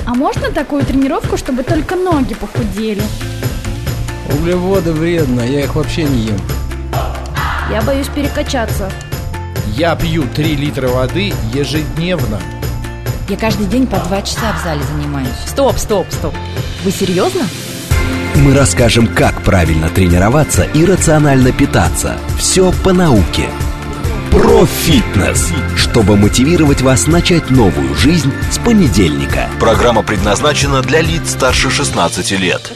А можно такую тренировку, чтобы только ноги похудели? Углеводы вредно, я их вообще не ем. Я боюсь перекачаться. Я пью 3 литра воды ежедневно. Я каждый день по 2 часа в зале занимаюсь. Стоп. Вы серьезно? Мы расскажем, как правильно тренироваться и рационально питаться. Все по науке. Про фитнес, чтобы мотивировать вас начать новую жизнь с понедельника. Программа предназначена для лиц старше 16 лет.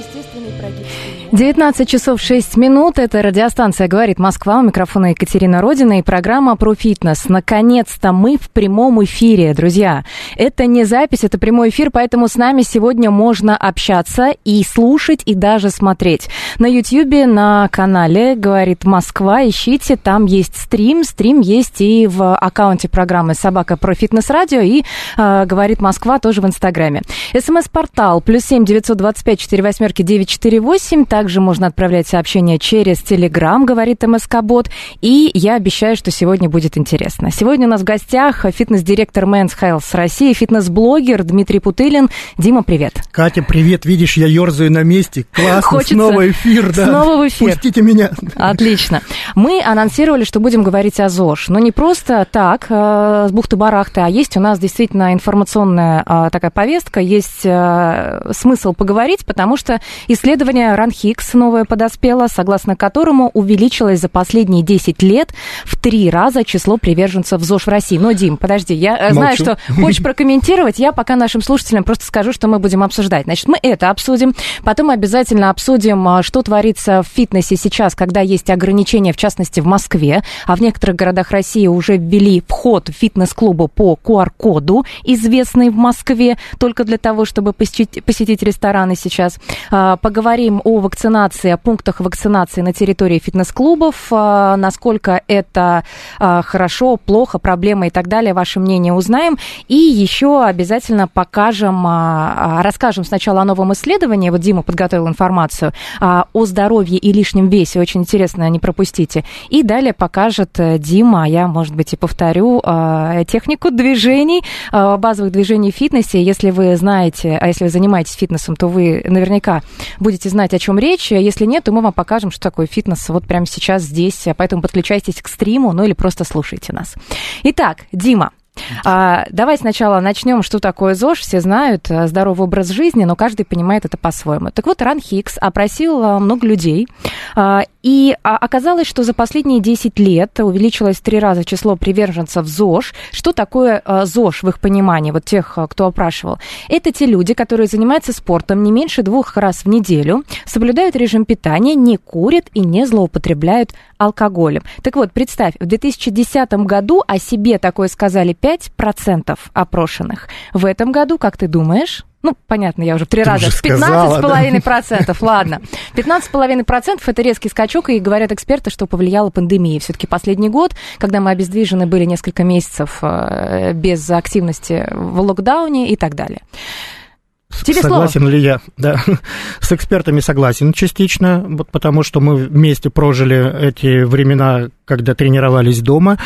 19 часов 6 минут. Это радиостанция «Говорит Москва». У микрофона Екатерина Родина и программа про фитнес. Наконец-то мы в прямом эфире, друзья. Это не запись, это прямой эфир, поэтому с нами сегодня можно общаться и слушать, и даже смотреть. На Ютьюбе, на канале «Говорит Москва». Ищите, там есть стрим. Стрим есть и в аккаунте программы «Собака про фитнес радио» и «Говорит Москва» тоже в Инстаграме. СМС-портал +7 925 48 948. Также можно отправлять сообщения через Telegram, говорит МСК-бот. И я обещаю, что сегодня будет интересно. Сегодня у нас в гостях фитнес-директор Men's Health России, фитнес-блогер Дмитрий Путылин. Дима, привет. Катя, привет. Видишь, я ерзаю на месте. Классно, хочется. Снова эфир. Да. Снова в эфир. Пустите меня. Отлично. Мы анонсировали, что будем говорить о ЗОЖ. Но не просто так, с бухты-барахты, а есть у нас действительно информационная такая повестка, есть смысл поговорить, потому что исследование RunHix новое подоспело, согласно которому увеличилось за последние 10 лет в 3 раза число приверженцев ЗОЖ в России. Но, Дим, подожди, я знаю, что хочешь прокомментировать, я пока нашим слушателям просто скажу, что мы будем обсуждать. Значит, мы это обсудим, потом обязательно обсудим, что творится в фитнесе сейчас, когда есть ограничения, в частности, в Москве, а в некоторых городах России уже ввели вход в фитнес-клубы по QR-коду, известный в Москве, только для того, чтобы посетить рестораны сейчас. Поговорим о вакцинации, о пунктах вакцинации на территории фитнес-клубов, насколько это хорошо, плохо, проблема и так далее, ваше мнение узнаем. И еще обязательно расскажем сначала о новом исследовании, вот Дима подготовил информацию о здоровье и лишнем весе, очень интересно, не пропустите. И далее покажет Дима, а я, может быть, и повторю, технику движений, базовых движений в фитнесе. Если вы знаете, а если вы занимаетесь фитнесом, то вы наверняка будете знать, о чем речь. Если нет, то мы вам покажем, что такое фитнес вот прямо сейчас здесь. Поэтому подключайтесь к стриму, ну или просто слушайте нас. Итак, Дима, давай сначала начнем, что такое ЗОЖ. Все знают, здоровый образ жизни, но каждый понимает это по-своему. Так вот, RunHix опросил много людей, и оказалось, что за последние 10 лет увеличилось в 3 раза число приверженцев ЗОЖ. Что такое ЗОЖ в их понимании, вот тех, кто опрашивал? Это те люди, которые занимаются спортом не меньше 2 раз в неделю, соблюдают режим питания, не курят и не злоупотребляют алкоголем. Так вот, представь, в 2010 году о себе такое сказали 5% опрошенных. В этом году, как ты думаешь? Ну, понятно, я уже в 3 раза. 15,5%, да? Ладно. 15,5% это резкий скачок, и говорят эксперты, что повлияла пандемия. Все-таки последний год, когда мы обездвижены были несколько месяцев без активности в локдауне и так далее. Тебе согласен слово. ли я? Да. С экспертами согласен частично, вот потому что мы вместе прожили эти времена, когда тренировались дома,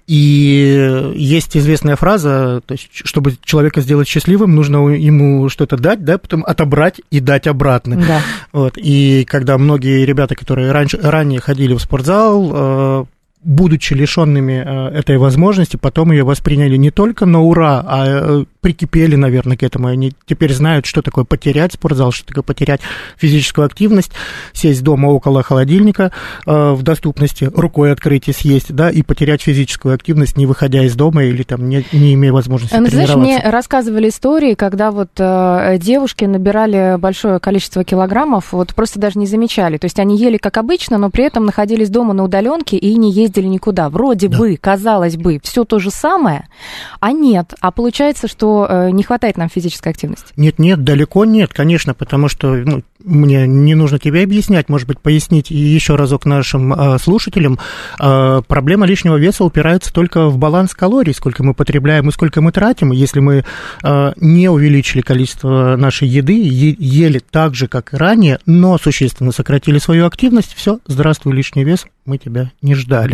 и есть известная фраза, то есть, чтобы человека сделать счастливым, нужно ему что-то дать, да, потом отобрать и дать обратно. Да. Вот. И когда многие ребята, которые ранее ходили в спортзал, будучи лишенными этой возможности, потом ее восприняли не только на ура, а прикипели, наверное, к этому. Они теперь знают, что такое потерять спортзал, что такое потерять физическую активность, сесть дома около холодильника в доступности, рукой открыть и съесть, да, и потерять физическую активность, не выходя из дома или там не имея возможности тренироваться. Знаешь, мне рассказывали истории, когда вот девушки набирали большое количество килограммов, вот просто даже не замечали. То есть они ели как обычно, но при этом находились дома на удаленке и не ездили никуда. Вроде бы, казалось бы, все то же самое, а нет. А получается, что не хватает нам физической активности. Нет, далеко нет, конечно, потому что мне не нужно тебе объяснять, может быть, пояснить еще разок нашим слушателям. Проблема лишнего веса упирается только в баланс калорий, сколько мы потребляем и сколько мы тратим. Если мы не увеличили количество нашей еды, ели так же, как и ранее, но существенно сократили свою активность, все, здравствуй, лишний вес, мы тебя не ждали.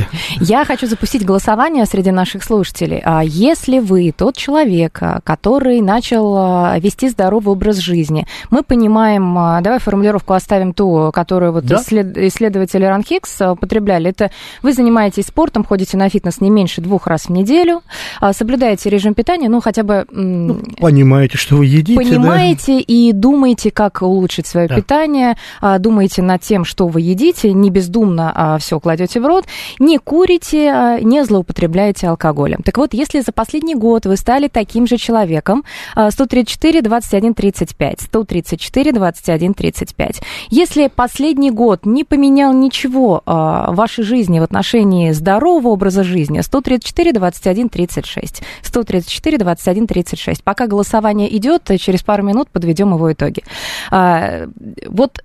Я хочу запустить голосование среди наших слушателей. Если вы тот человек, который начал вести здоровый образ жизни, мы понимаем, давай формулировку оставим ту, которую вот исследователи Ранхикс употребляли. Это вы занимаетесь спортом, ходите на фитнес не меньше 2 раз в неделю, соблюдаете режим питания, хотя бы... Понимаете, что вы едите, понимаете, и думаете, как улучшить свое питание, думаете над тем, что вы едите, не бездумно все кладете в рот, не курите, не злоупотребляете алкоголем. Так вот, если за последний год вы стали таким же человеком, 134 21 35, 134 21 35. Если последний год не поменял ничего в вашей жизни в отношении здорового образа жизни, 134 21 36, 134 21 36. Пока голосование идет, через пару минут подведем его итоги. Вот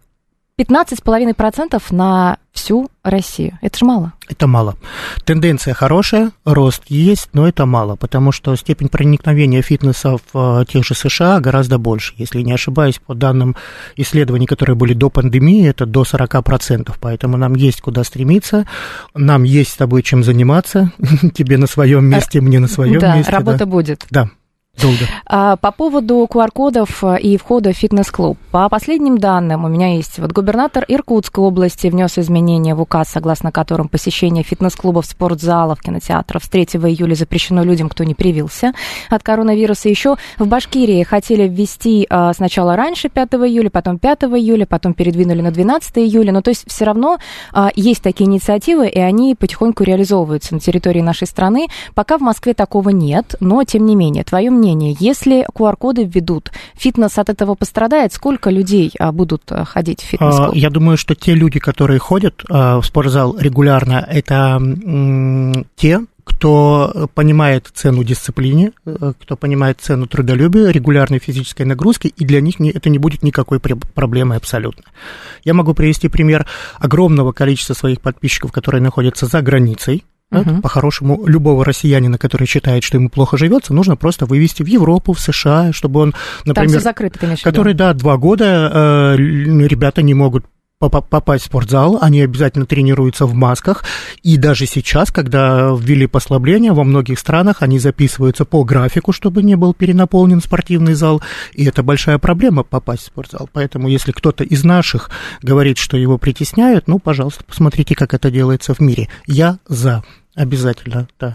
15,5% на всю Россию. Это же мало. Это мало. Тенденция хорошая, рост есть, но это мало, потому что степень проникновения фитнеса в тех же США гораздо больше. Если не ошибаюсь, по данным исследований, которые были до пандемии, это до 40%. Поэтому нам есть куда стремиться, нам есть с тобой чем заниматься. Тебе на своем месте, мне на своем месте. Да, работа будет. Да. Долго. По поводу QR-кодов и входа в фитнес-клуб. По последним данным, у меня есть губернатор Иркутской области внес изменения в указ, согласно которым посещение фитнес-клубов, спортзалов, кинотеатров с 3 июля запрещено людям, кто не привился от коронавируса. Еще в Башкирии хотели ввести сначала раньше 5 июля, потом 5 июля, потом передвинули на 12 июля. То есть все равно есть такие инициативы, и они потихоньку реализовываются на территории нашей страны. Пока в Москве такого нет, но тем не менее, твое мнение, если QR-коды введут, фитнес от этого пострадает? Сколько людей будут ходить в фитнес-клуб? Я думаю, что те люди, которые ходят в спортзал регулярно, это те, кто понимает цену дисциплине, кто понимает цену трудолюбия, регулярной физической нагрузки, и для них это не будет никакой проблемы абсолютно. Я могу привести пример огромного количества своих подписчиков, которые находятся за границей. По-хорошему, любого россиянина, который считает, что ему плохо живется, нужно просто вывести в Европу, в США, чтобы он, например... Там все закрыто, конечно. Который, 2 года ребята не могут попасть в спортзал, они обязательно тренируются в масках, и даже сейчас, когда ввели послабления, во многих странах они записываются по графику, чтобы не был перенаполнен спортивный зал, и это большая проблема попасть в спортзал, поэтому если кто-то из наших говорит, что его притесняют, пожалуйста, посмотрите, как это делается в мире. Я за, обязательно, да.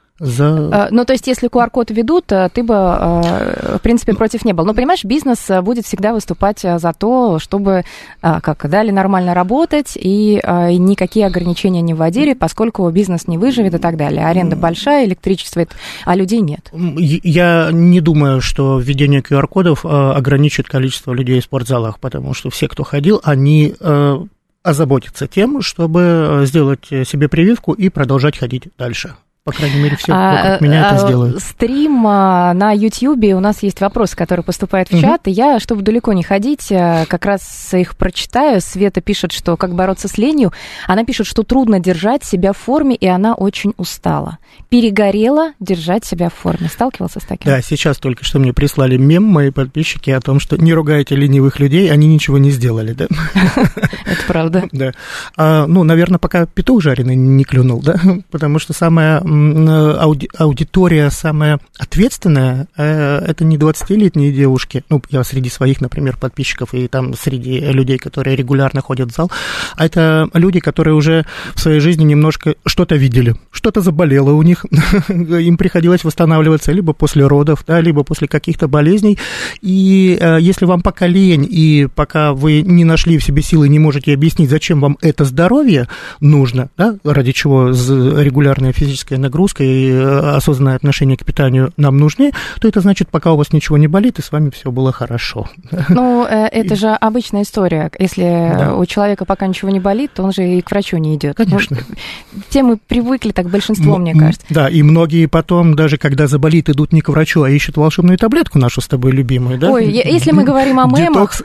То есть, если QR-код ведут, ты бы, в принципе, против не был. Но, понимаешь, бизнес будет всегда выступать за то, чтобы дали нормально работать, и никакие ограничения не вводили, поскольку бизнес не выживет и так далее. Аренда большая, электричество, а людей нет. Я не думаю, что введение QR-кодов ограничит количество людей в спортзалах, потому что все, кто ходил, они озаботятся тем, чтобы сделать себе прививку и продолжать ходить дальше. По крайней мере, все вокруг меня это сделают. Стрим на Ютьюбе, у нас есть вопросы, которые поступают в чат, и я, чтобы далеко не ходить, как раз их прочитаю. Света пишет, что как бороться с ленью. Она пишет, что трудно держать себя в форме, и она очень устала. Перегорела держать себя в форме. Сталкивался с таким? Да, сейчас только что мне прислали мем мои подписчики о том, что не ругайте ленивых людей, они ничего не сделали, да? Это правда. Да. Наверное, пока петух жареный не клюнул, да? Потому что самая аудитория самая ответственная, это не 20-летние девушки, я среди своих, например, подписчиков и там среди людей, которые регулярно ходят в зал, а это люди, которые уже в своей жизни немножко что-то видели, что-то заболело у них, им приходилось восстанавливаться либо после родов, да, либо после каких-то болезней, и если вам пока лень, и пока вы не нашли в себе силы, не можете объяснить, зачем вам это здоровье нужно, да, ради чего регулярная физическая нагрузка и осознанное отношение к питанию нам нужны, то это значит, пока у вас ничего не болит, и с вами все было хорошо. Это же обычная история. Если у человека пока ничего не болит, то он же и к врачу не идет. Конечно. Все мы привыкли, так большинство, мне кажется. Да, и многие потом, даже когда заболит, идут не к врачу, а ищут волшебную таблетку нашу с тобой любимую, да? Ой, если мы говорим о мемах,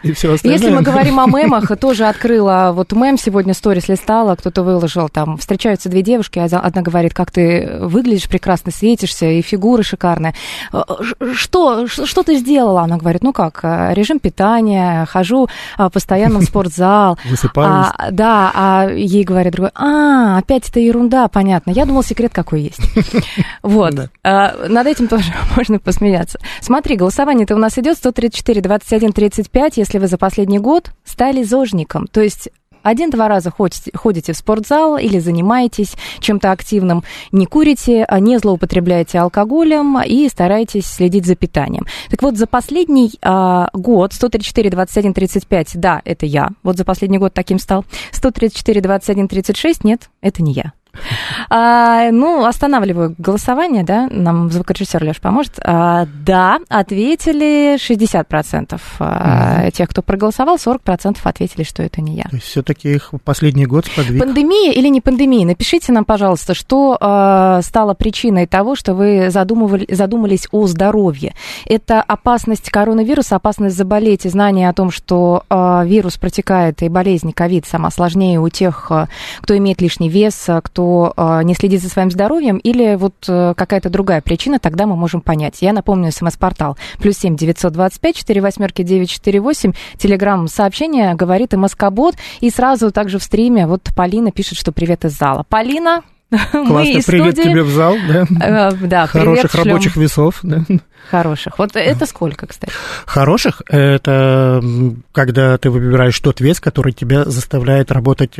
тоже открыла мем сегодня, сторис листала, кто-то выложил, там, встречаются 2 девушки, одна говорит, как ты выглядишь прекрасно, светишься, и фигура шикарная. Что ты сделала? Она говорит, ну как, режим питания, хожу постоянно в спортзал. Высыпаюсь. А ей говорит другой, опять это ерунда, понятно. Я думала, секрет какой есть. Вот. Над этим тоже можно посмеяться. Смотри, голосование-то у нас идет 134, 21, 35, если вы за последний год стали зожником. То есть 1-2 раза ходите в спортзал или занимаетесь чем-то активным, не курите, не злоупотребляете алкоголем и стараетесь следить за питанием. Так вот, за последний год 134, 21, 35, да, это я. Вот за последний год таким стал. 134, 21, 36, нет, это не я. Останавливаю голосование, да, нам звукорежиссер Лёш поможет. Да, ответили 60% тех, кто проголосовал, 40% ответили, что это не я. То есть все-таки их последний год сподвиг. Пандемия или не пандемия? Напишите нам, пожалуйста, что стало причиной того, что вы задумались о здоровье. Это опасность коронавируса, опасность заболеть и знание о том, что вирус протекает и болезнь ковид сама сложнее у тех, кто имеет лишний вес, кто не следит за своим здоровьем, или вот какая-то другая причина, тогда мы можем понять. Я напомню, СМС-портал +7 925 48 948, телеграм-сообщение говорит МСК-бот, и сразу также в стриме вот Полина пишет, что привет из зала. Полина, мы из привет студии. Тебе в зал, да? Да, хороших привет, рабочих весов, да? Хороших. Вот это сколько, кстати? Хороших – это когда ты выбираешь тот вес, который тебя заставляет работать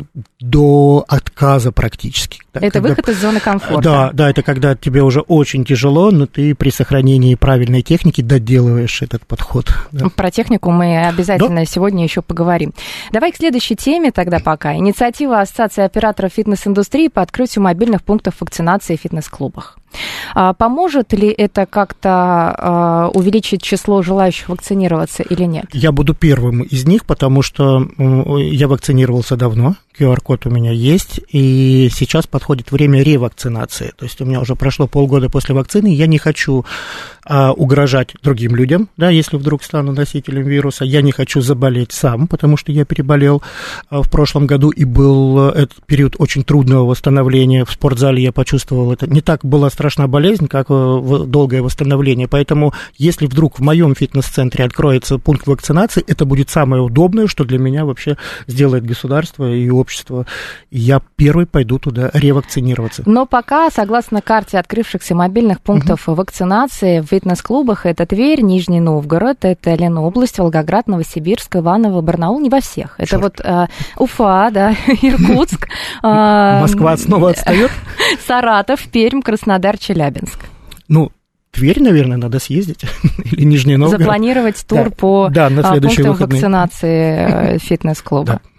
до отказа практически. Да, это когда... выход из зоны комфорта. Да, это когда тебе уже очень тяжело, но ты при сохранении правильной техники доделываешь этот подход. Да. Про технику мы обязательно сегодня еще поговорим. Давай к следующей теме тогда пока. Инициатива Ассоциации операторов фитнес-индустрии по открытию мобильных пунктов вакцинации в фитнес-клубах. Поможет ли это как-то увеличить число желающих вакцинироваться или нет? Я буду первым из них, потому что я вакцинировался давно, QR-код у меня есть, и сейчас подходит время ревакцинации. То есть у меня уже прошло полгода после вакцины, я не хочу угрожать другим людям, да, если вдруг стану носителем вируса. Я не хочу заболеть сам, потому что я переболел в прошлом году, и был этот период очень трудного восстановления. В спортзале я почувствовал это. Не так была страшна болезнь, как долгое восстановление. Поэтому, если вдруг в моем фитнес-центре откроется пункт вакцинации, это будет самое удобное, что для меня вообще сделает государство и общество. И я первый пойду туда ревакцинироваться. Но пока, согласно карте открывшихся мобильных пунктов вакцинации в фитнес-клубах, это Тверь, Нижний Новгород, это Ленобласть, Волгоград, Новосибирск, Иваново, Барнаул, не во всех. Это вот Уфа, да, Иркутск. Москва снова отстает? Саратов, Пермь, Краснодар, Челябинск. Тверь, наверное, надо съездить, или Нижний Новгород. Запланировать тур по пунктам вакцинации фитнес-клуба. Да.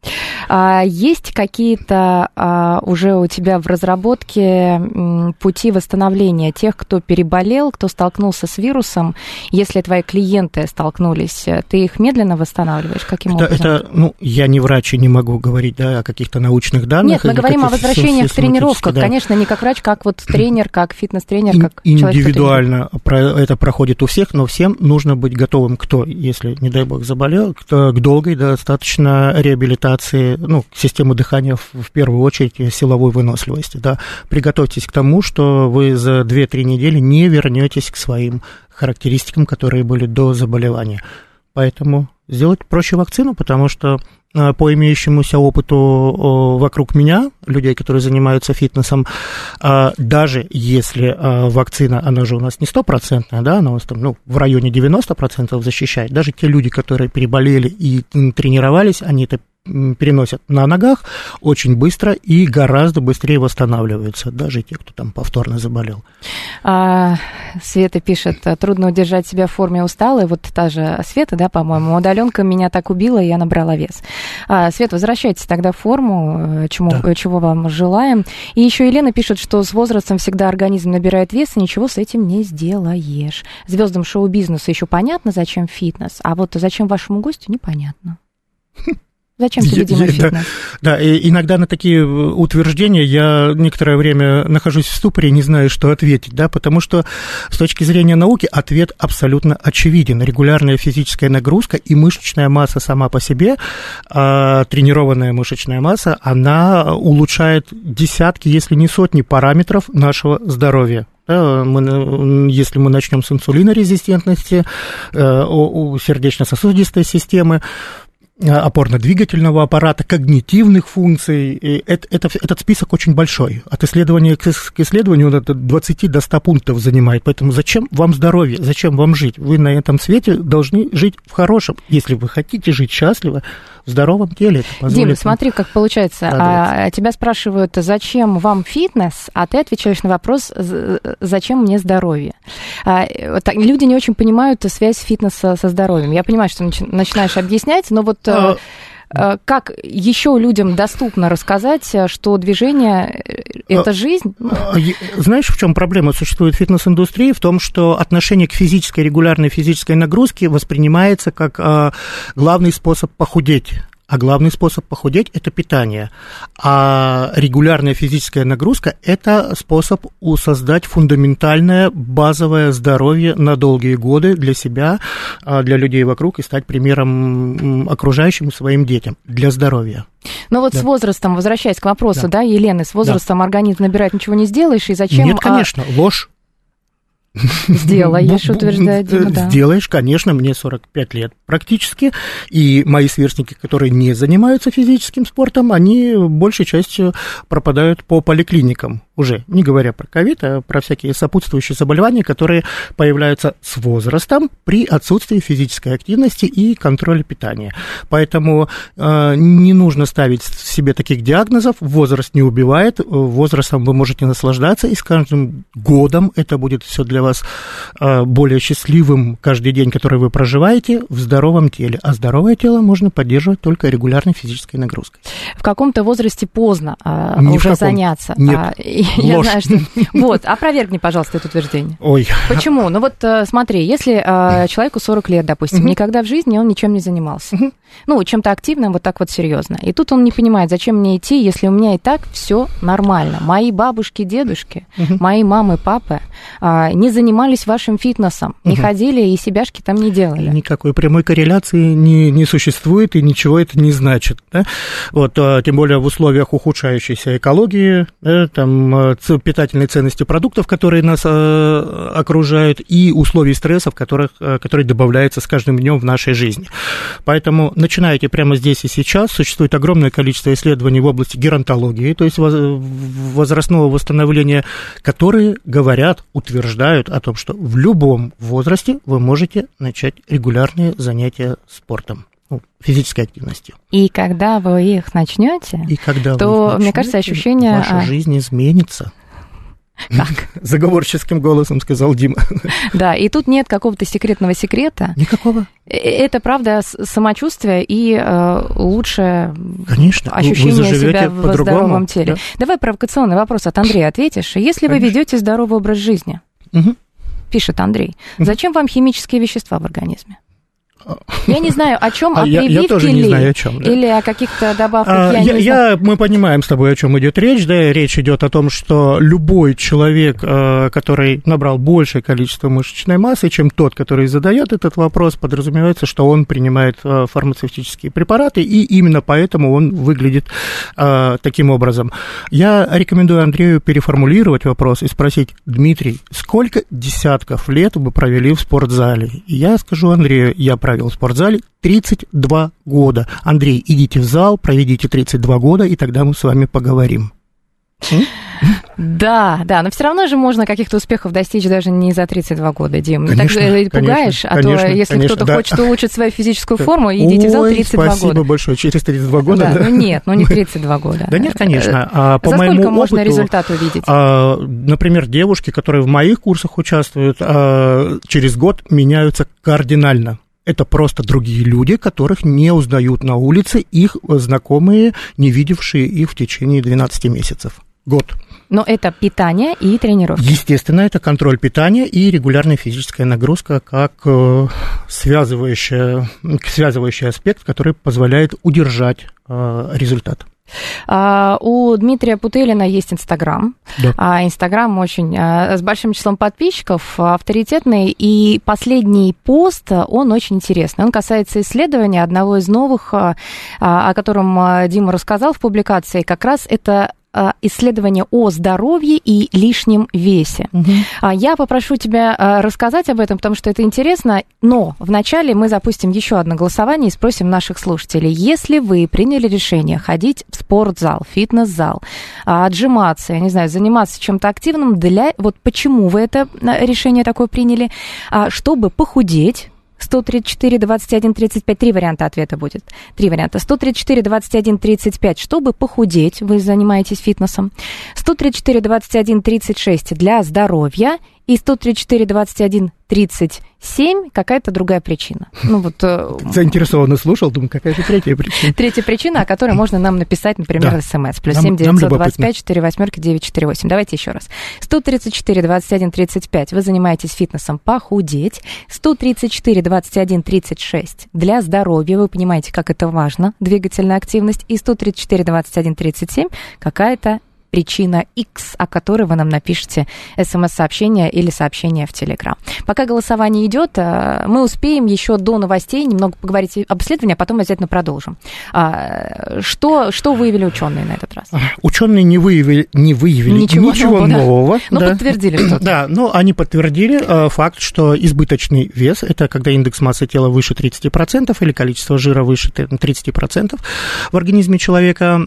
Есть какие-то уже у тебя в разработке пути восстановления тех, кто переболел, кто столкнулся с вирусом? Если твои клиенты столкнулись, ты их медленно восстанавливаешь? Каким образом? Я не врач и не могу говорить о каких-то научных данных. Нет, мы говорим о возвращениях в тренировках. Да. Конечно, не как врач, как вот тренер, как фитнес-тренер, как индивидуально это проходит у всех, но всем нужно быть готовым, если, не дай бог, заболел, к долгой, достаточно реабилитации, системы дыхания, в первую очередь, силовой выносливости. Да. Приготовьтесь к тому, что вы за 2-3 недели не вернетесь к своим характеристикам, которые были до заболевания. Поэтому сделать проще вакцину, потому что по имеющемуся опыту вокруг меня, людей, которые занимаются фитнесом, даже если вакцина, она же у нас не 100%, да, она у нас там, в районе 90% защищает, даже те люди, которые переболели и тренировались, они это переносят на ногах очень быстро и гораздо быстрее восстанавливаются, даже те, кто там повторно заболел. Света пишет, трудно удержать себя в форме, усталой. Вот та же Света, да, по-моему, удаленка меня так убила, и я набрала вес. Света, возвращайтесь тогда в форму, чего вам желаем. И еще Елена пишет, что с возрастом всегда организм набирает вес, и ничего с этим не сделаешь. Звездам шоу-бизнеса еще понятно, зачем фитнес, а вот зачем вашему гостю, непонятно. Зачем тебе, Дима, фитнес? Да, и иногда на такие утверждения я некоторое время нахожусь в ступоре и не знаю, что ответить, да, потому что с точки зрения науки ответ абсолютно очевиден. Регулярная физическая нагрузка и мышечная масса сама по себе, тренированная мышечная масса, она улучшает десятки, если не сотни параметров нашего здоровья. Если мы начнем с инсулинорезистентности, сердечно-сосудистой системы, опорно-двигательного аппарата, когнитивных функций. Этот список очень большой. От исследования к исследованию он от 20 до 100 пунктов занимает. Поэтому зачем вам здоровье? Зачем вам жить? Вы на этом свете должны жить в хорошем. Если вы хотите жить счастливо, в здоровом теле. Дим, смотри, как получается. Тебя спрашивают, зачем вам фитнес, а ты отвечаешь на вопрос, зачем мне здоровье. Люди не очень понимают связь фитнеса со здоровьем. Я понимаю, что начинаешь объяснять, но вот как еще людям доступно рассказать, что движение – это жизнь? Знаешь, в чем проблема существует в фитнес-индустрии? В том, что отношение к регулярной физической нагрузке воспринимается как главный способ похудеть. А главный способ похудеть – это питание. А регулярная физическая нагрузка – это способ создать фундаментальное базовое здоровье на долгие годы для себя, для людей вокруг и стать примером окружающим своим детям для здоровья. Ну вот с возрастом, возвращаясь к вопросу, да, Елены, с возрастом организм набирает, ничего не сделаешь, и зачем… Нет, конечно, ложь. Сделаешь, утверждает Дима, да. Сделаешь, конечно, мне 45 лет практически, и мои сверстники, которые не занимаются физическим спортом, они большей частью пропадают по поликлиникам уже, не говоря про ковид, а про всякие сопутствующие заболевания, которые появляются с возрастом при отсутствии физической активности и контроля питания. Поэтому не нужно ставить себе таких диагнозов, возраст не убивает, возрастом вы можете наслаждаться, и с каждым годом это будет все для вас более счастливым каждый день, который вы проживаете, в здоровом теле. А здоровое тело можно поддерживать только регулярной физической нагрузкой. В каком-то возрасте поздно уже заняться. Нет. Я знаю, что... Вот, опровергни, пожалуйста, это утверждение. Ой. Почему? Ну вот смотри, если человеку 40 лет, допустим, никогда в жизни он ничем не занимался, ну, чем-то активным, вот так вот серьезно, и тут он не понимает, зачем мне идти, если у меня и так все нормально. Мои бабушки, дедушки, мои мамы, папы не занимались вашим фитнесом, не ходили и себяшки там не делали. Никакой прямой корреляции не существует, и ничего это не значит. Да? Вот, тем более в условиях ухудшающейся экологии, да, там, питательной ценности продуктов, которые нас окружают, и условий стресса, которые добавляются с каждым днем в нашей жизни. Поэтому начинайте прямо здесь и сейчас. Существует огромное количество исследований в области геронтологии, то есть возрастного восстановления, которые говорят, утверждают о том, что в любом возрасте вы можете начать регулярные занятия спортом, физической активностью. И когда вы их начнете, то, мне кажется, ощущение... Ваша жизнь изменится. Как? Заговорческим голосом сказал Дима. Да, и тут нет какого-то секретного секрета. Никакого. Это, правда, самочувствие и лучшее Конечно, ощущение себя в здоровом теле. Да? Давай провокационный вопрос от Андрея ответишь. Если вы ведете здоровый образ жизни, пишет Андрей, зачем вам химические вещества в организме? Я не знаю, о чем, о прививке я тоже не знаю, о чем, да. Или о каких-то добавках, Мы понимаем с тобой, о чем идет речь, да, речь идет о том, что любой человек, который набрал большее количество мышечной массы, чем тот, который задает этот вопрос, подразумевается, что он принимает фармацевтические препараты, и именно поэтому он выглядит таким образом. Я рекомендую Андрею переформулировать вопрос и спросить: Дмитрий, сколько десятков лет вы провели в спортзале? И я скажу Андрею, я провел в спортзале 32 года. Андрей, идите в зал, проведите 32 года, и тогда мы с вами поговорим. Да, но все равно же можно каких-то успехов достичь даже не за 32 года, Дим. Конечно, так пугаешь, конечно, то если кто-то хочет улучшить свою физическую форму, идите в зал 32 года. Спасибо большое. Через 32 года? Да. Нет, не 32 года. Да нет, конечно. За сколько можно результат увидеть? Например, девушки, которые в моих курсах участвуют, через год меняются кардинально. Это просто другие люди, которых не узнают на улице их знакомые, не видевшие их в течение 12 месяцев. Год. Но это питание и тренировки. Естественно, это контроль питания и регулярная физическая нагрузка как связывающий аспект, который позволяет удержать результат. У Дмитрия Путылина есть Инстаграм. Да. Инстаграм очень с большим числом подписчиков, авторитетный. И последний пост, он очень интересный. Он касается исследования одного из новых, о котором Дима рассказал в публикации. Как раз это исследование о здоровье и лишнем весе. Я попрошу тебя рассказать об этом, потому что это интересно, но вначале мы запустим еще одно голосование и спросим наших слушателей. Если вы приняли решение ходить в спортзал, фитнес-зал, отжиматься, я не знаю, заниматься чем-то активным, вот почему вы это решение такое приняли, чтобы похудеть, 134, 21, 35, 3 варианта ответа будет. 3 варианта. 134, 21, 35, чтобы похудеть, вы занимаетесь фитнесом. 134, 21, 36 для здоровья. И 134, 21, 37 какая-то другая причина. Заинтересованно слушал, думаю, какая-то третья причина. Третья причина, о которой можно нам написать, например, смс. Плюс 7 925 4 восьмерки 948. Давайте еще раз. 134, 21, 35. Вы занимаетесь фитнесом, похудеть. 134, 21, 36 для здоровья. Вы понимаете, как это важно, двигательная активность. И 134, 21, 37 какая-то причина X, о которой вы нам напишите смс-сообщение или сообщение в Телеграм. Пока голосование идет, мы успеем еще до новостей немного поговорить об исследовании, а потом обязательно продолжим. Что выявили ученые на этот раз? Ученые не выявили ничего нового. Но подтвердили что-то. Да, но они подтвердили факт, что избыточный вес, это когда индекс массы тела выше 30% или количество жира выше 30% в организме человека,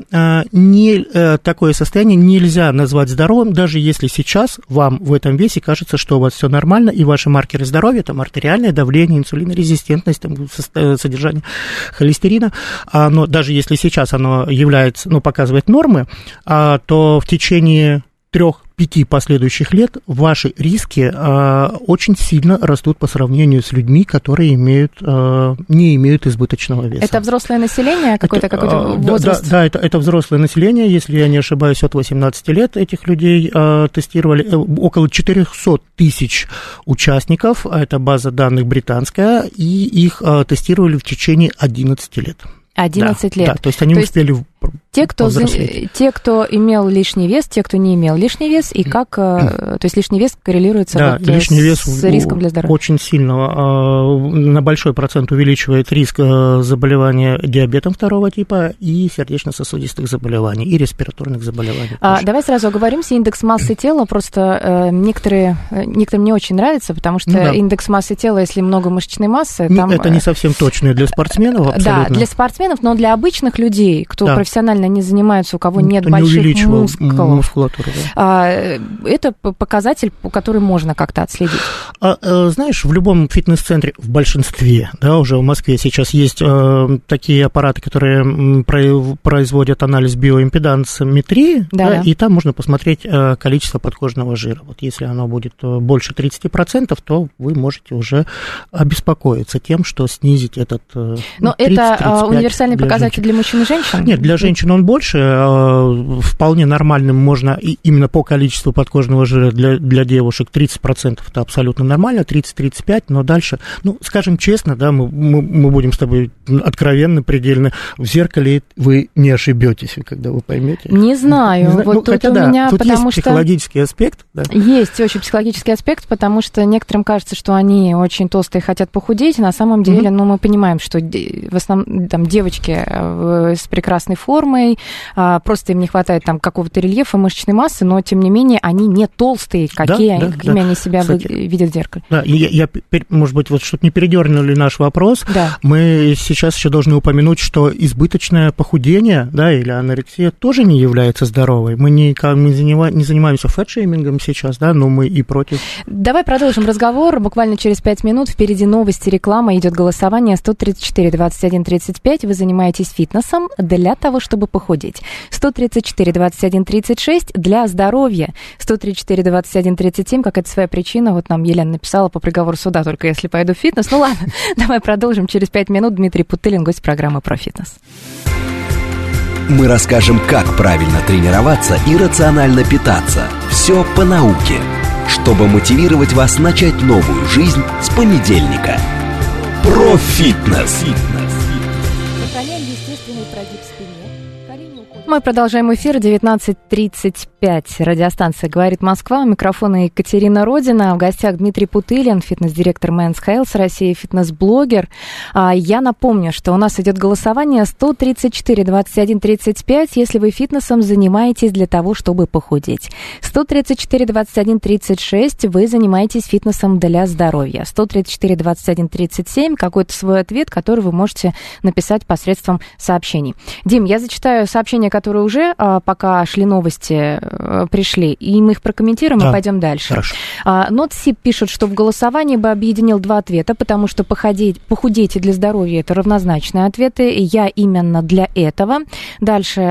такое состояние нельзя назвать здоровым, даже если сейчас вам в этом весе кажется, что у вас все нормально, и ваши маркеры здоровья, там артериальное давление, инсулинорезистентность, там, содержание холестерина, но даже если сейчас оно показывает нормы, то в течение 3-5 последующих лет ваши риски очень сильно растут по сравнению с людьми, которые не имеют избыточного веса. Это взрослое население? Какой-то возраст? Да, это взрослое население. Если я не ошибаюсь, от 18 лет этих людей тестировали. Около 400 тысяч участников, это база данных британская, и их тестировали в течение 11 лет. 11 лет. Да, то есть они успели те, кто имел лишний вес, те, кто не имел лишний вес, и как, то есть лишний вес коррелируется лишний вес с риском для здоровья? Очень сильно, на большой процент увеличивает риск заболевания диабетом второго типа и сердечно-сосудистых заболеваний, и респираторных заболеваний. Давай сразу оговоримся, индекс массы тела, просто некоторым не очень нравится, потому что индекс массы тела, если много мышечной массы... Это не совсем точно для спортсменов, абсолютно. Да, для спортсменов, но для обычных людей, кто профессионально не занимается, у кого нет больших мускулов, это показатель, который можно как-то отследить. Знаешь, в любом фитнес-центре, в большинстве, уже в Москве сейчас есть такие аппараты, которые производят анализ биоимпедансометрии, и там можно посмотреть количество подкожного жира. Вот если оно будет больше 30%, то вы можете уже обеспокоиться тем, что снизить этот 30-35%. Но это универсальный показатель для мужчин и женщин? Нет, для женщин он больше. Вполне нормальным можно, именно по количеству подкожного жира для девушек 30% это абсолютно нормально, 30-35%, но дальше, скажем честно, мы будем с тобой откровенны, предельно, в зеркале вы не ошибетесь, когда вы поймете. Не знаю. Вот тут у меня, тут потому есть психологический аспект. Да? Есть очень психологический аспект, потому что некоторым кажется, что они очень толстые, хотят похудеть, на самом деле, мы понимаем, что в основном там девочки с прекрасной формой, просто им не хватает там какого-то рельефа, мышечной массы, но, тем не менее, они не толстые, какими они себя видят в зеркале. Да, я, может быть, вот чтобы не передернули наш вопрос, мы сейчас еще должны упомянуть, что избыточное похудение, или анорексия тоже не является здоровой. Мы не занимаемся фэт-шеймингом сейчас, но мы и против. Давай продолжим разговор. Буквально через 5 минут впереди новости, реклама, идет голосование 134 21 35. Вы занимаетесь фитнесом для того, чтобы похудеть. 134 21 36 для здоровья. 134 21 37, какая-то своя причина. Вот нам Елена написала по приговору суда, только если пойду в фитнес. Ну ладно, давай продолжим через 5 минут. Дмитрий Путылин, гость программы про фитнес. Мы расскажем, как правильно тренироваться и рационально питаться. Все по науке, чтобы мотивировать вас начать новую жизнь с понедельника. Профитнес. Сохраняем естественный прогиб спины. Мы продолжаем эфир. 19:35. Радиостанция «Говорит Москва». У микрофона Екатерина Родина. В гостях Дмитрий Путылин, фитнес-директор Men's Health России, фитнес-блогер. Я напомню, что у нас идет голосование 134-21-35, если вы фитнесом занимаетесь для того, чтобы похудеть. 134-21-36, вы занимаетесь фитнесом для здоровья. 134-21-37, какой-то свой ответ, который вы можете написать посредством сообщений. Дим, я зачитаю сообщения, которые уже, пока шли новости, пришли, и мы их прокомментируем, и пойдем дальше. Хорошо. Нотсип пишет, что в голосовании бы объединил два ответа, потому что похудеть и для здоровья – это равнозначные ответы, и я именно для этого. Дальше...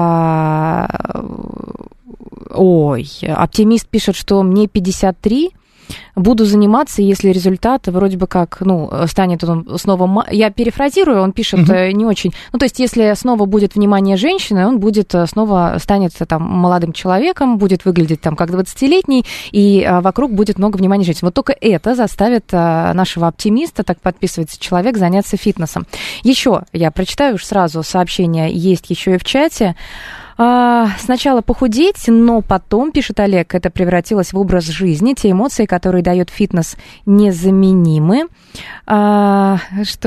Оптимист пишет, что мне 53, буду заниматься, если результат вроде бы как, станет он снова... Я перефразирую, он пишет не очень... то есть, если снова будет внимание женщины, он будет станет там молодым человеком, будет выглядеть там как 20-летний, и вокруг будет много внимания женщин. Вот только это заставит нашего оптимиста, так подписывается человек, заняться фитнесом. Еще я прочитаю уж сразу, сообщение есть еще и в чате. Сначала похудеть, но потом, пишет Олег, это превратилось в образ жизни. Те эмоции, которые дает фитнес, незаменимы. Что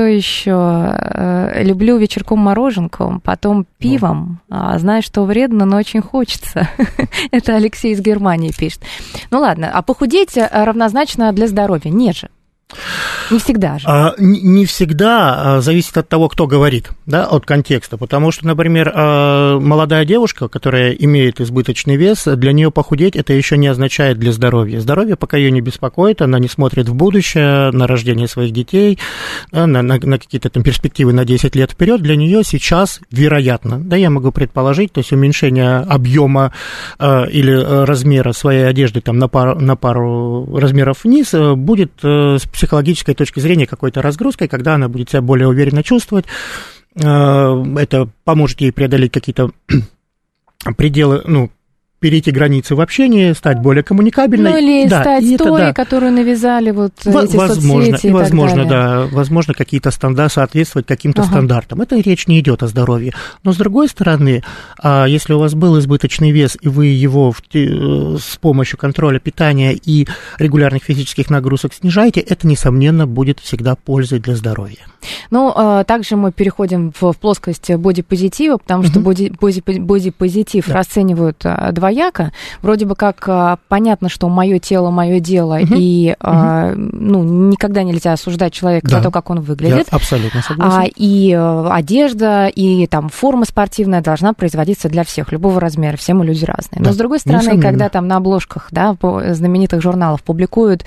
еще? Люблю вечерком мороженку, потом пивом. Знаю, что вредно, но очень хочется. Это Алексей из Германии пишет. Ладно, а похудеть равнозначно для здоровья? Нет же. Не всегда же. Не всегда, зависит от того, кто говорит, да, от контекста. Потому что, например, молодая девушка, которая имеет избыточный вес, для нее похудеть это еще не означает для здоровья. Здоровье пока ее не беспокоит, она не смотрит в будущее, на рождение своих детей, на какие-то там перспективы на 10 лет вперед. Для нее сейчас вероятно, да, я могу предположить, то есть уменьшение объема или размера своей одежды там на пару размеров вниз будет с психологической точки зрения какой-то разгрузкой, когда она будет себя более уверенно чувствовать. Это поможет ей преодолеть какие-то пределы, перейти границы в общении, стать более коммуникабельной. Или стать той, которую навязали эти соцсети и возможно, так далее. Да, возможно, какие-то соответствовать каким-то стандартам. Это речь не идет о здоровье. Но, с другой стороны, если у вас был избыточный вес, и вы его с помощью контроля питания и регулярных физических нагрузок снижаете, это, несомненно, будет всегда пользой для здоровья. Также мы переходим в плоскость бодипозитива, потому что бодипозитив расценивают двояко. Вроде бы как понятно, что мое тело, мое дело, и никогда нельзя осуждать человека за то, как он выглядит. Я абсолютно согласен. И одежда, и там форма спортивная должна производиться для всех, любого размера, все мы люди разные. Но с другой стороны, когда там на обложках знаменитых журналов публикуют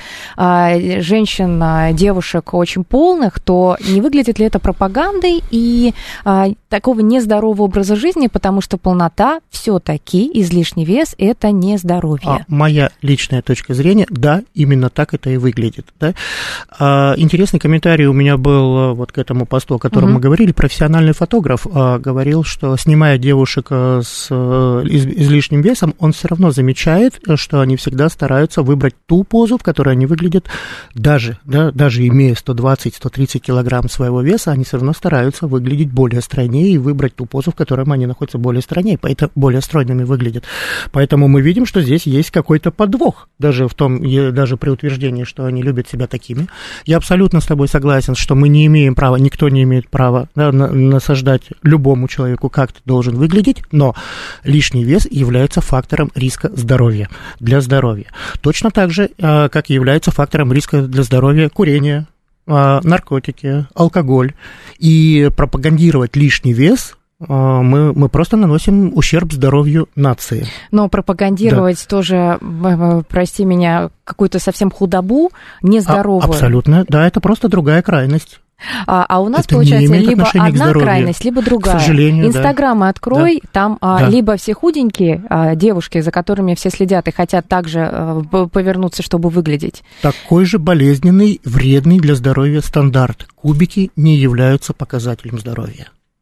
женщин, девушек очень полных, то не выглядит ли это пропагандой и такого нездорового образа жизни, потому что полнота все-таки излишний вес – это не здоровье. Моя личная точка зрения, да, именно так это и выглядит. Да? Интересный комментарий у меня был к этому посту, о котором мы говорили. Профессиональный фотограф говорил, что, снимая девушек с излишним весом, он все равно замечает, что они всегда стараются выбрать ту позу, в которой они выглядят, даже имея 120-130 килограмм своего веса, они все равно стараются выглядеть более стройнее и выбрать ту позу, в которой они находятся более стройнее, более стройными выглядят. Поэтому мы видим, что здесь есть какой-то подвох, даже при утверждении, что они любят себя такими. Я абсолютно с тобой согласен, что мы не имеем права, никто не имеет права насаждать любому человеку, как ты должен выглядеть, но лишний вес является фактором риска здоровья, для здоровья. Точно так же, как является фактором риска для здоровья курение, наркотики, алкоголь. И пропагандировать лишний вес мы просто наносим ущерб здоровью нации. Но пропагандировать тоже, прости меня, какую-то совсем худобу, нездоровую. Абсолютно, да, это просто другая крайность. А у нас, это получается, либо одна крайность, либо другая. К сожалению, Инстаграмы открой, там либо все худенькие девушки, за которыми все следят и хотят также повернуться, чтобы выглядеть. Такой же болезненный, вредный для здоровья стандарт. Кубики не являются показателем здоровья.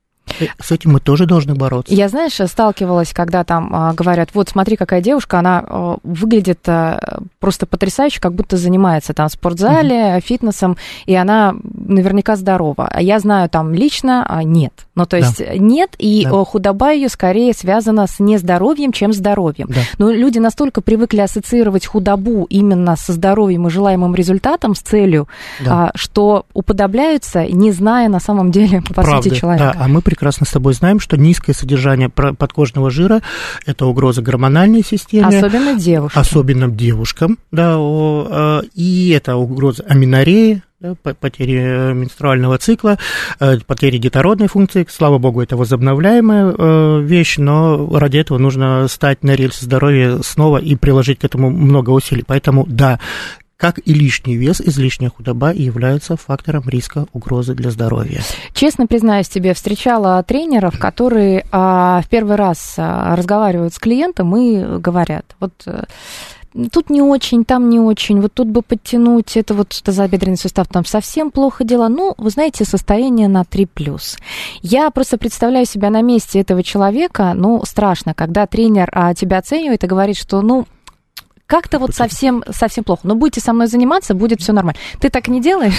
С этим мы тоже должны бороться. Я, знаешь, сталкивалась, когда там говорят, вот смотри, какая девушка, она выглядит просто потрясающе, как будто занимается там в спортзале, фитнесом, и она наверняка здорова. А я знаю там лично, нет. Ну, то есть нет, и худоба ее скорее связана с нездоровьем, чем здоровьем. Да. Но люди настолько привыкли ассоциировать худобу именно со здоровьем и желаемым результатом, с целью, что уподобляются, не зная на самом деле, по сути, человека. Да, а мы прекрасно с тобой знаем, что низкое содержание подкожного жира – это угроза гормональной системе. Особенно девушкам. Особенно девушкам, да, и это угроза аменореи, да, потери менструального цикла, потери детородной функции. Слава богу, это возобновляемая вещь, но ради этого нужно стать на рельсы здоровья снова и приложить к этому много усилий. Поэтому, да, как и лишний вес, излишняя худоба являются фактором риска угрозы для здоровья. Честно признаюсь тебе, встречала тренеров, которые в первый раз разговаривают с клиентом и говорят, вот тут не очень, там не очень, вот тут бы подтянуть, это вот тазобедренный сустав, там совсем плохо дела. Ну, вы знаете, состояние на 3+. Я просто представляю себя на месте этого человека, ну, страшно, когда тренер тебя оценивает и говорит, что, ну, как-то вот совсем плохо. Но будете со мной заниматься, будет все нормально. Ты так не делаешь?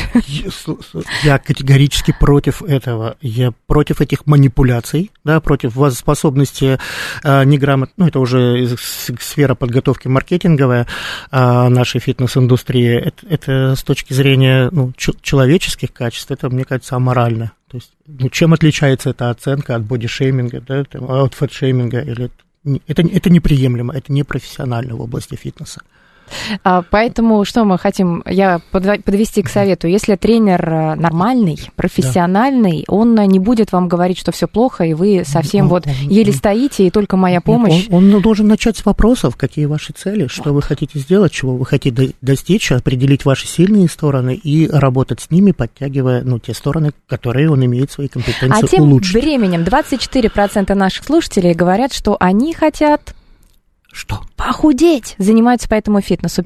Я категорически против этого. Я против этих манипуляций, да, против способности неграмотно, ну, это уже сфера подготовки маркетинговая нашей фитнес-индустрии. Это с точки зрения человеческих качеств, это, мне кажется, аморально. То есть, чем отличается эта оценка от бодишейминга, да, от фэтшейминга или... Это неприемлемо, это непрофессионально в области фитнеса. Поэтому что мы хотим подвести к совету? Если тренер нормальный, профессиональный, он не будет вам говорить, что все плохо, и вы совсем еле стоите, и только моя помощь. Он должен начать с вопросов, какие ваши цели, что вы хотите сделать, чего вы хотите достичь, определить ваши сильные стороны и работать с ними, подтягивая те стороны, которые он имеет свои компетенции улучшить. А тем временем 24% наших слушателей говорят, что они хотят... Что? Похудеть. Занимаются по этому фитнесу.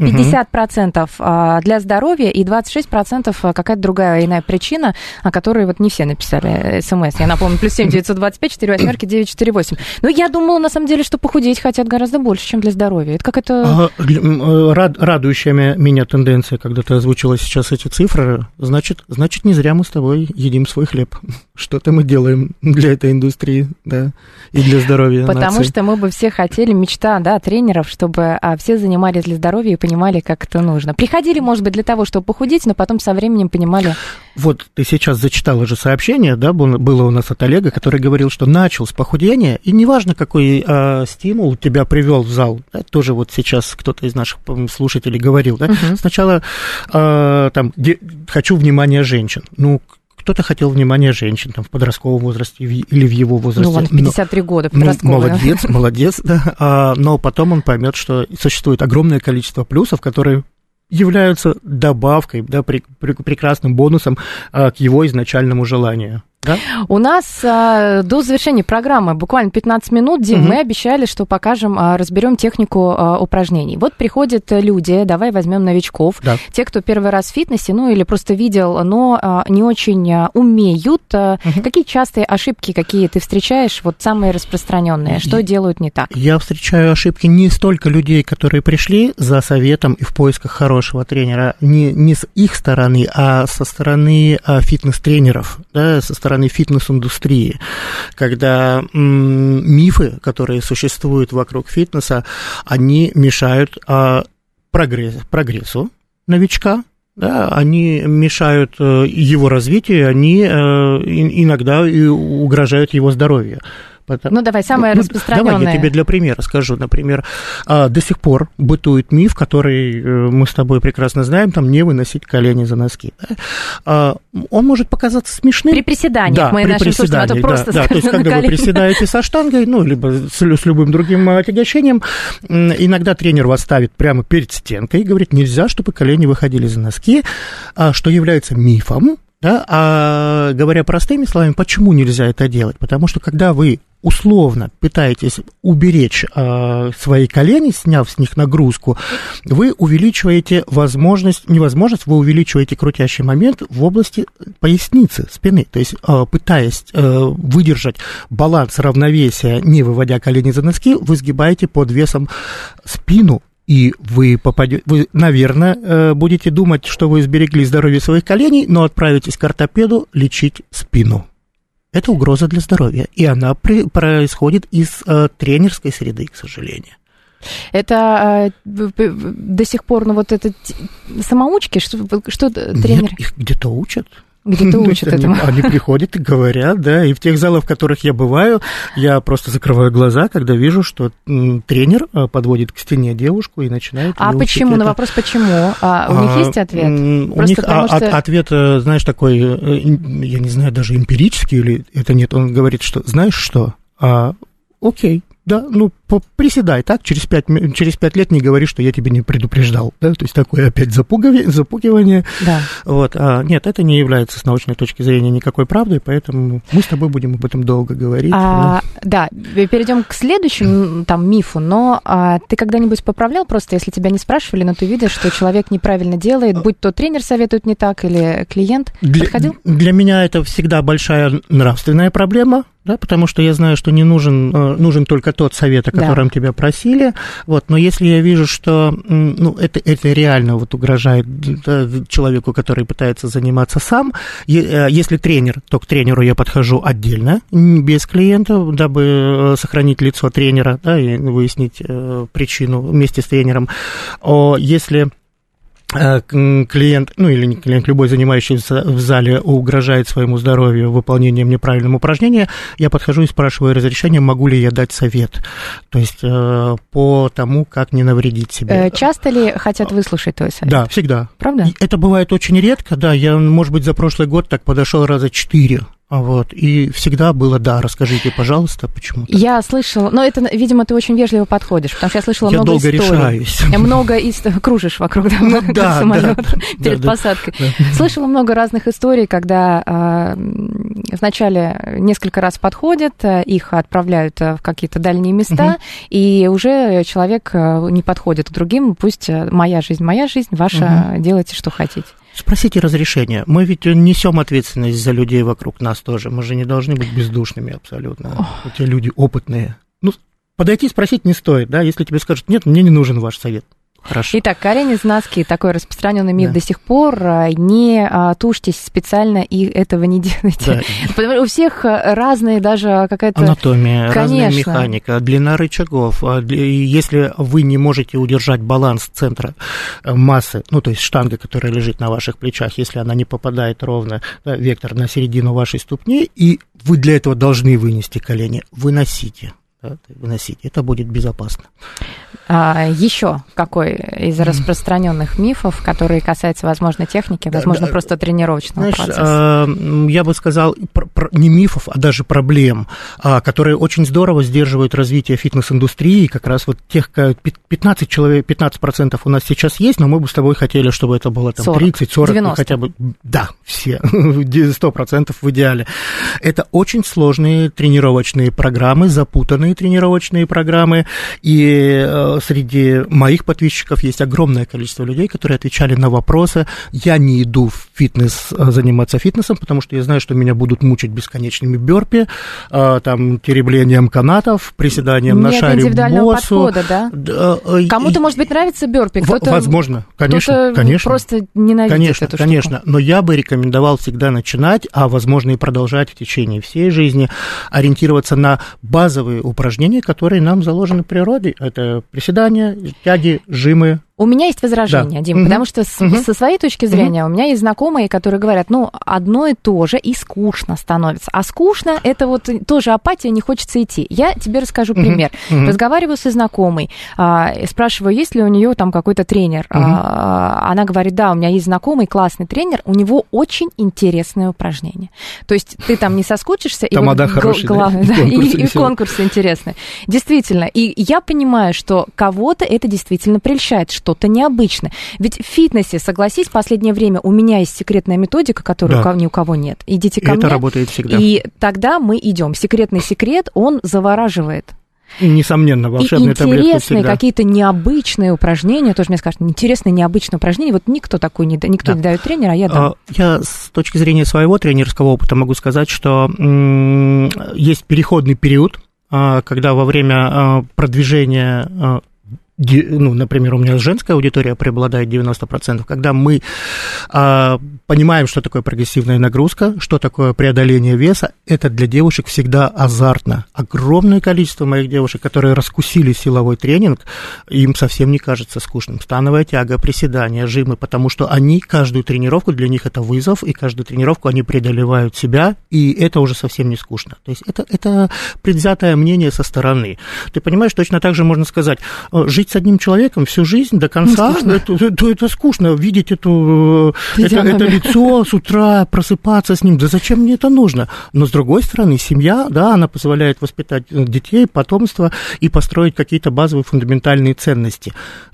50% для здоровья и 26% какая-то другая иная причина, о которой вот не все написали смс. Я напомню, +7 925 48 948. Но я думала, на самом деле, что похудеть хотят гораздо больше, чем для здоровья. Это как это... Радующая меня тенденция, когда ты озвучила сейчас эти цифры, значит, не зря мы с тобой едим свой хлеб. Что-то мы делаем для этой индустрии, да, и для здоровья Потому нации. что мы бы все хотели, мечта, да, тренеров, чтобы все занимались для здоровья и понимали, как это нужно. Приходили, может быть, для того, чтобы похудеть, но потом со временем понимали... Вот ты сейчас зачитала же сообщение, да, было у нас от Олега, который говорил, что начал с похудения, и неважно, какой стимул тебя привел в зал, да, тоже вот сейчас кто-то из наших слушателей говорил, да, сначала хочу внимания женщин, кто-то хотел внимания женщин там, в подростковом возрасте или в его возрасте. Он в 53 года подростковый. Молодец, да. Но потом он поймет, что существует огромное количество плюсов, которые являются добавкой, да, прекрасным бонусом к его изначальному желанию. Да? У нас до завершения программы буквально 15 минут, Дим, мы обещали, что покажем, разберем технику упражнений. Вот приходят люди, давай возьмем новичков, те, кто первый раз в фитнесе, или просто видел, но не очень умеют. Какие частые ошибки, какие ты встречаешь, вот самые распространенные, что делают не так? Я встречаю ошибки не столько людей, которые пришли за советом и в поисках хорошего тренера, не с их стороны, а со стороны фитнес-тренеров, да, со стороны фитнес-индустрии, когда мифы, которые существуют вокруг фитнеса, они мешают прогрессу новичка, да, они мешают его развитию, они иногда и угрожают его здоровью. Давай, самое распространенное. Давай я тебе для примера скажу. Например, до сих пор бытует миф, который мы с тобой прекрасно знаем, не выносить колени за носки. Да? Он может показаться смешным. При приседаниях мы нашим слушателям, а то просто то есть, когда вы приседаете со штангой, либо с любым другим отягощением, иногда тренер вас ставит прямо перед стенкой и говорит, нельзя, чтобы колени выходили за носки, что является мифом. Да? А говоря простыми словами, почему нельзя это делать? Потому что когда вы условно пытаетесь уберечь свои колени, сняв с них нагрузку, вы увеличиваете вы увеличиваете крутящий момент в области поясницы, спины. То есть, пытаясь выдержать баланс равновесия, не выводя колени за носки, вы сгибаете под весом спину. И вы, наверное, будете думать, что вы сберегли здоровье своих коленей, но отправитесь к ортопеду лечить спину. Это угроза для здоровья, и она происходит из тренерской среды, к сожалению. Это до сих пор, это самоучки, что тренер? Нет, их где-то учат. Где-то учат этому. Они приходят и говорят, да, и в тех залах, в которых я бываю, я просто закрываю глаза, когда вижу, что тренер подводит к стене девушку и начинает... А почему? На вопрос почему? У них есть ответ? У них ответ, знаешь, такой, я не знаю, даже эмпирический или это нет, он говорит, что знаешь что, окей. Да, приседай, так, через 5 лет не говори, что я тебе не предупреждал, да, то есть такое опять запугивание. Да. Вот, нет, это не является с научной точки зрения никакой правдой, поэтому мы с тобой будем об этом долго говорить. Да, перейдем к следующему мифу, но ты когда-нибудь поправлял просто, если тебя не спрашивали, но ты видишь, что человек неправильно делает, будь то тренер советует не так или клиент, подходил? Для меня это всегда большая нравственная проблема. Да, потому что я знаю, что не нужен только тот совет, о котором тебя просили. Вот, но если я вижу, что это реально угрожает человеку, который пытается заниматься сам, если тренер, то к тренеру я подхожу отдельно, без клиента, дабы сохранить лицо тренера, да, и выяснить причину вместе с тренером. Если клиент, или не клиент, любой занимающийся в зале угрожает своему здоровью выполнением неправильного упражнения, я подхожу и спрашиваю разрешение, могу ли я дать совет, то есть по тому, как не навредить себе. Часто ли хотят выслушать твой совет? Да, всегда. Правда? Это бывает очень редко, да, я, может быть, за прошлый год так подошел раза 4. Вот, и всегда было, расскажите, пожалуйста, почему. Я слышала, но это, видимо, ты очень вежливо подходишь, потому что я слышала много историй. Я долго решаюсь. Много кружишь вокруг самолета перед посадкой. Слышала много разных историй, когда вначале несколько раз подходят, их отправляют в какие-то дальние места, и уже человек не подходит к другим, пусть моя жизнь, ваша, делайте, что хотите. Спросите разрешения. Мы ведь несем ответственность за людей вокруг нас тоже. Мы же не должны быть бездушными абсолютно. Эти люди опытные. Подойти спросить не стоит, да? Если тебе скажут, нет, мне не нужен ваш совет. Хорошо. Итак, колени с носки, такой распространенный миф до сих пор. Не тушьтесь специально и этого не делайте. Потому что у всех разные даже какая-то... Анатомия, разная механика, длина рычагов. Если вы не можете удержать баланс центра массы, то есть штанга, которая лежит на ваших плечах, если она не попадает ровно, вектор на середину вашей ступни, и вы для этого должны вынести колени, выносите. Выносить, это будет безопасно. Еще какой из распространенных мифов, которые касаются, возможно, техники, возможно, просто тренировочного процесса? Я бы сказал, не мифов, а даже проблем, которые очень здорово сдерживают развитие фитнес-индустрии. Как раз тех 15% у нас сейчас есть, но мы бы с тобой хотели, чтобы это было 30, 40, 90. Хотя бы, да, все, 100% в идеале. Это очень сложные тренировочные программы, запутанные тренировочные программы, и среди моих подписчиков есть огромное количество людей, которые отвечали на вопросы. Я не иду в фитнес заниматься фитнесом, потому что я знаю, что меня будут мучить бесконечными бёрпи, тереблением канатов, приседанием на шаре индивидуального подхода, да? Кому-то, может быть, нравится бёрпи, кто-то... Возможно, конечно. Просто ненавидит эту штуку. Конечно, но я бы рекомендовал всегда начинать, а, возможно, и продолжать в течение всей жизни, ориентироваться на базовые упражнения, которые нам заложены в природе. Это приседания, тяги, жимы. У меня есть возражение, Дим, потому что со своей точки зрения у меня есть знакомые, которые говорят, одно и то же, и скучно становится. А скучно, это тоже апатия, не хочется идти. Я тебе расскажу пример. Разговариваю со знакомой, спрашиваю, есть ли у нее там какой-то тренер. Она говорит, да, у меня есть знакомый, классный тренер, у него очень интересное упражнение. То есть ты там не соскучишься, тамада хороший, и конкурсы интересные. Действительно. И я понимаю, что кого-то это действительно прельщает. что-то необычное. Ведь в фитнесе, согласись, в последнее время у меня есть секретная методика, которую ни у кого нет. Идите ко мне. Это работает всегда. И тогда мы идем. Секретный секрет, он завораживает. И, несомненно, волшебные таблетки интересные всегда. какие-то необычные упражнения, тоже мне скажут, интересные необычные упражнения, вот никто такой не дает тренера, а я дам. Я с точки зрения своего тренерского опыта могу сказать, что есть переходный период, когда во время продвижения, например, у меня женская аудитория преобладает 90%, когда мы понимаем, что такое прогрессивная нагрузка, что такое преодоление веса, это для девушек всегда азартно. Огромное количество моих девушек, которые раскусили силовой тренинг, им совсем не кажется скучным. Становая тяга, приседания, жимы, потому что они каждую тренировку, для них это вызов, и каждую тренировку они преодолевают себя, и это уже совсем не скучно. То есть это предвзятое мнение со стороны. Ты понимаешь, точно так же можно сказать, жить с одним человеком всю жизнь до конца, это скучно, видеть это лицо с утра, просыпаться с ним, да зачем мне это нужно? Но с другой стороны, семья, да, она позволяет воспитать детей, потомство и построить какие-то базовые фундаментальные ценности.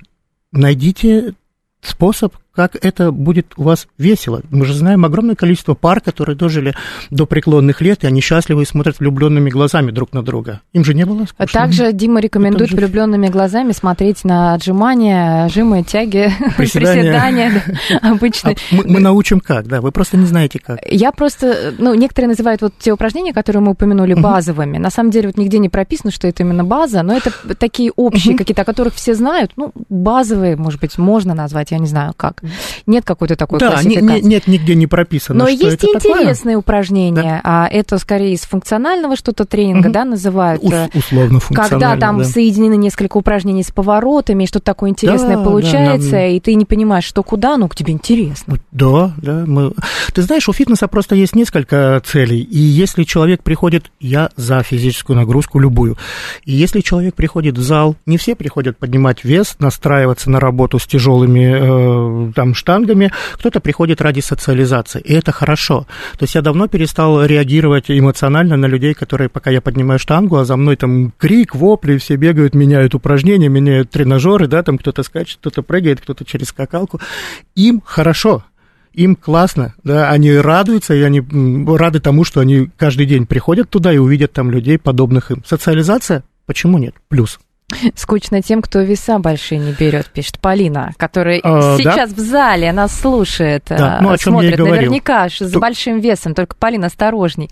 Найдите способ, как это будет у вас весело. Мы же знаем огромное количество пар, которые дожили до преклонных лет, и они счастливы и смотрят влюбленными глазами друг на друга. Им же не было скучно. Также Дима рекомендует влюбленными глазами смотреть на отжимания, жимы, тяги, приседания. Обычные. Мы научим как, да, вы просто не знаете как. Я просто, некоторые называют вот те упражнения, которые мы упомянули, базовыми. На самом деле вот нигде не прописано, что это именно база, но это такие общие какие-то, о которых все знают, базовые, может быть, можно назвать, я не знаю как. Нет какой-то такой классификации. Нет, нигде не прописано, но что есть это интересные такое. Упражнения, а это скорее из функционального что-то тренинга, да, называют. Условно функционально. Когда там соединены несколько упражнений с поворотами, и что-то такое интересное получается, и ты не понимаешь, что куда, к тебе интересно. Да. Ты знаешь, у фитнеса просто есть несколько целей, и если человек приходит, я за физическую нагрузку любую, и если человек приходит в зал, не все приходят поднимать вес, настраиваться на работу с тяжелыми штангами, кто-то приходит ради социализации, и это хорошо. То есть я давно перестал реагировать эмоционально на людей, которые, пока я поднимаю штангу, а за мной там крик, вопли, все бегают, меняют упражнения, меняют тренажеры, да, там кто-то скачет, кто-то прыгает, кто-то через скакалку. Им хорошо, им классно, да, они радуются, и они рады тому, что они каждый день приходят туда и увидят там людей, подобных им. Социализация? Почему нет? Плюс. Скучно тем, кто веса большие не берет, пишет Полина, которая сейчас в зале нас слушает, смотрит наверняка с большим весом, только, Полина, осторожней.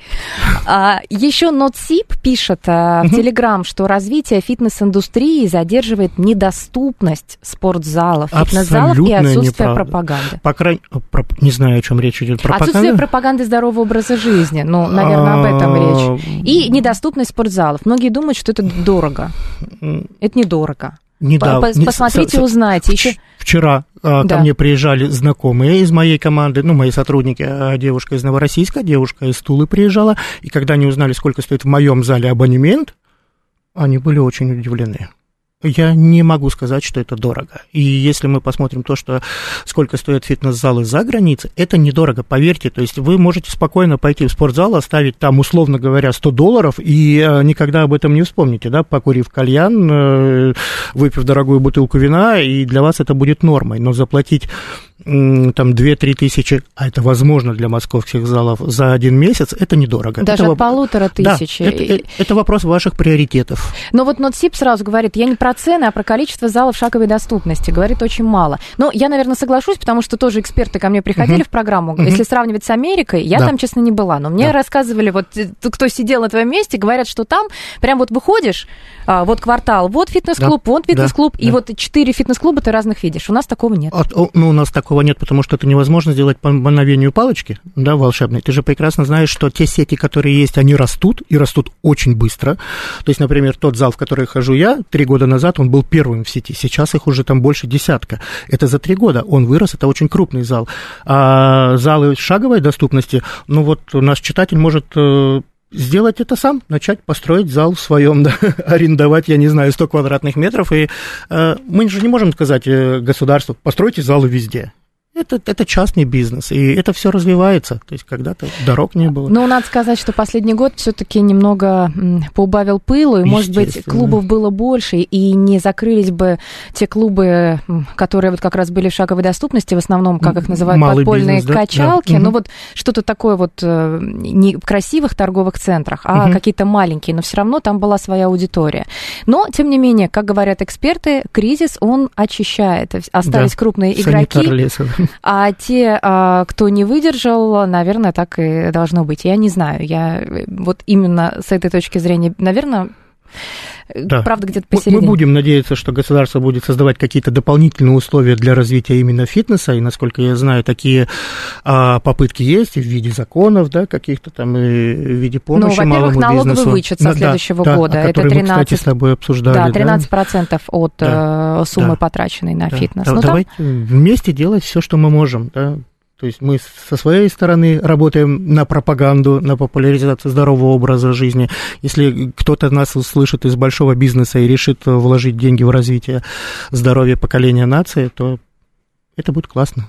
Еще Нотсип пишет в Телеграм, что развитие фитнес-индустрии задерживает недоступность спортзалов, фитнес-залов и отсутствие пропаганды. Не знаю, о чем речь идет. Отсутствие пропаганды здорового образа жизни, наверное, об этом речь. И недоступность спортзалов. Многие думают, что это дорого. Это недорого. Посмотрите, узнайте. Вчера ко мне приезжали знакомые из моей команды, мои сотрудники, девушка из Новороссийска, девушка из Тулы приезжала, и когда они узнали, сколько стоит в моем зале абонемент, они были очень удивлены. Я не могу сказать, что это дорого. И если мы посмотрим сколько стоят фитнес-залы за границей, это недорого, поверьте. То есть вы можете спокойно пойти в спортзал, оставить там, условно говоря, $100 и никогда об этом не вспомните, да, покурив кальян, выпив дорогую бутылку вина, и для вас это будет нормой. Но заплатить там 2-3 тысячи, а это возможно для московских залов, за 1 месяц, это недорого. Даже от 1500. Да, это вопрос ваших приоритетов. Но вот Нотсип сразу говорит, я не про цены, а про количество залов шаговой доступности. Говорит очень мало. Но я, наверное, соглашусь, потому что тоже эксперты ко мне приходили в программу. Если сравнивать с Америкой, я там, честно, не была. Но мне рассказывали, вот кто сидел на твоем месте, говорят, что там прям вот выходишь, вот квартал, вот фитнес-клуб, вот фитнес-клуб, и вот 4 фитнес-клуба ты разных видишь. У нас такого нет. У нас такого нет, потому что это невозможно сделать по мановению палочки, да, волшебной. Ты же прекрасно знаешь, что те сети, которые есть, они растут, и растут очень быстро. То есть, например, тот зал, в который хожу я, 3 года назад он был первым в сети, сейчас их уже там больше 10. Это за 3 года он вырос, это очень крупный зал. А залы шаговой доступности, наш читатель может сделать это сам, начать построить зал в своем, да, арендовать, 100 квадратных метров, и мы же не можем сказать государству, постройте залы везде. Это частный бизнес, и это все развивается. То есть когда-то дорог не было. Но надо сказать, что последний год все-таки немного поубавил пылу, и, может быть, клубов было больше, и не закрылись бы те клубы, которые вот как раз были в шаговой доступности, в основном, как их называют, малый подпольные бизнес, качалки. Да? Ну вот что-то такое вот не в красивых торговых центрах, а какие-то маленькие, но все равно там была своя аудитория. Но, тем не менее, как говорят эксперты, кризис, он очищает. Остались крупные игроки. А те, кто не выдержал, наверное, так и должно быть. Я не знаю, я вот именно с этой точки зрения, наверное, правда, где-то посередине. Мы будем надеяться, что государство будет создавать какие-то дополнительные условия для развития именно фитнеса, и, насколько я знаю, такие попытки есть и в виде законов, да, каких-то там, и в виде помощи малому бизнесу. Во-первых, налоговый вычет со следующего года. Это 13%, мы, кстати, с тобой обсуждали. Да, 13% от суммы, потраченной на фитнес. Давайте вместе делать все, что мы можем, да. То есть мы со своей стороны работаем на пропаганду, на популяризацию здорового образа жизни. Если кто-то нас услышит из большого бизнеса и решит вложить деньги в развитие здоровья поколения нации, то это будет классно.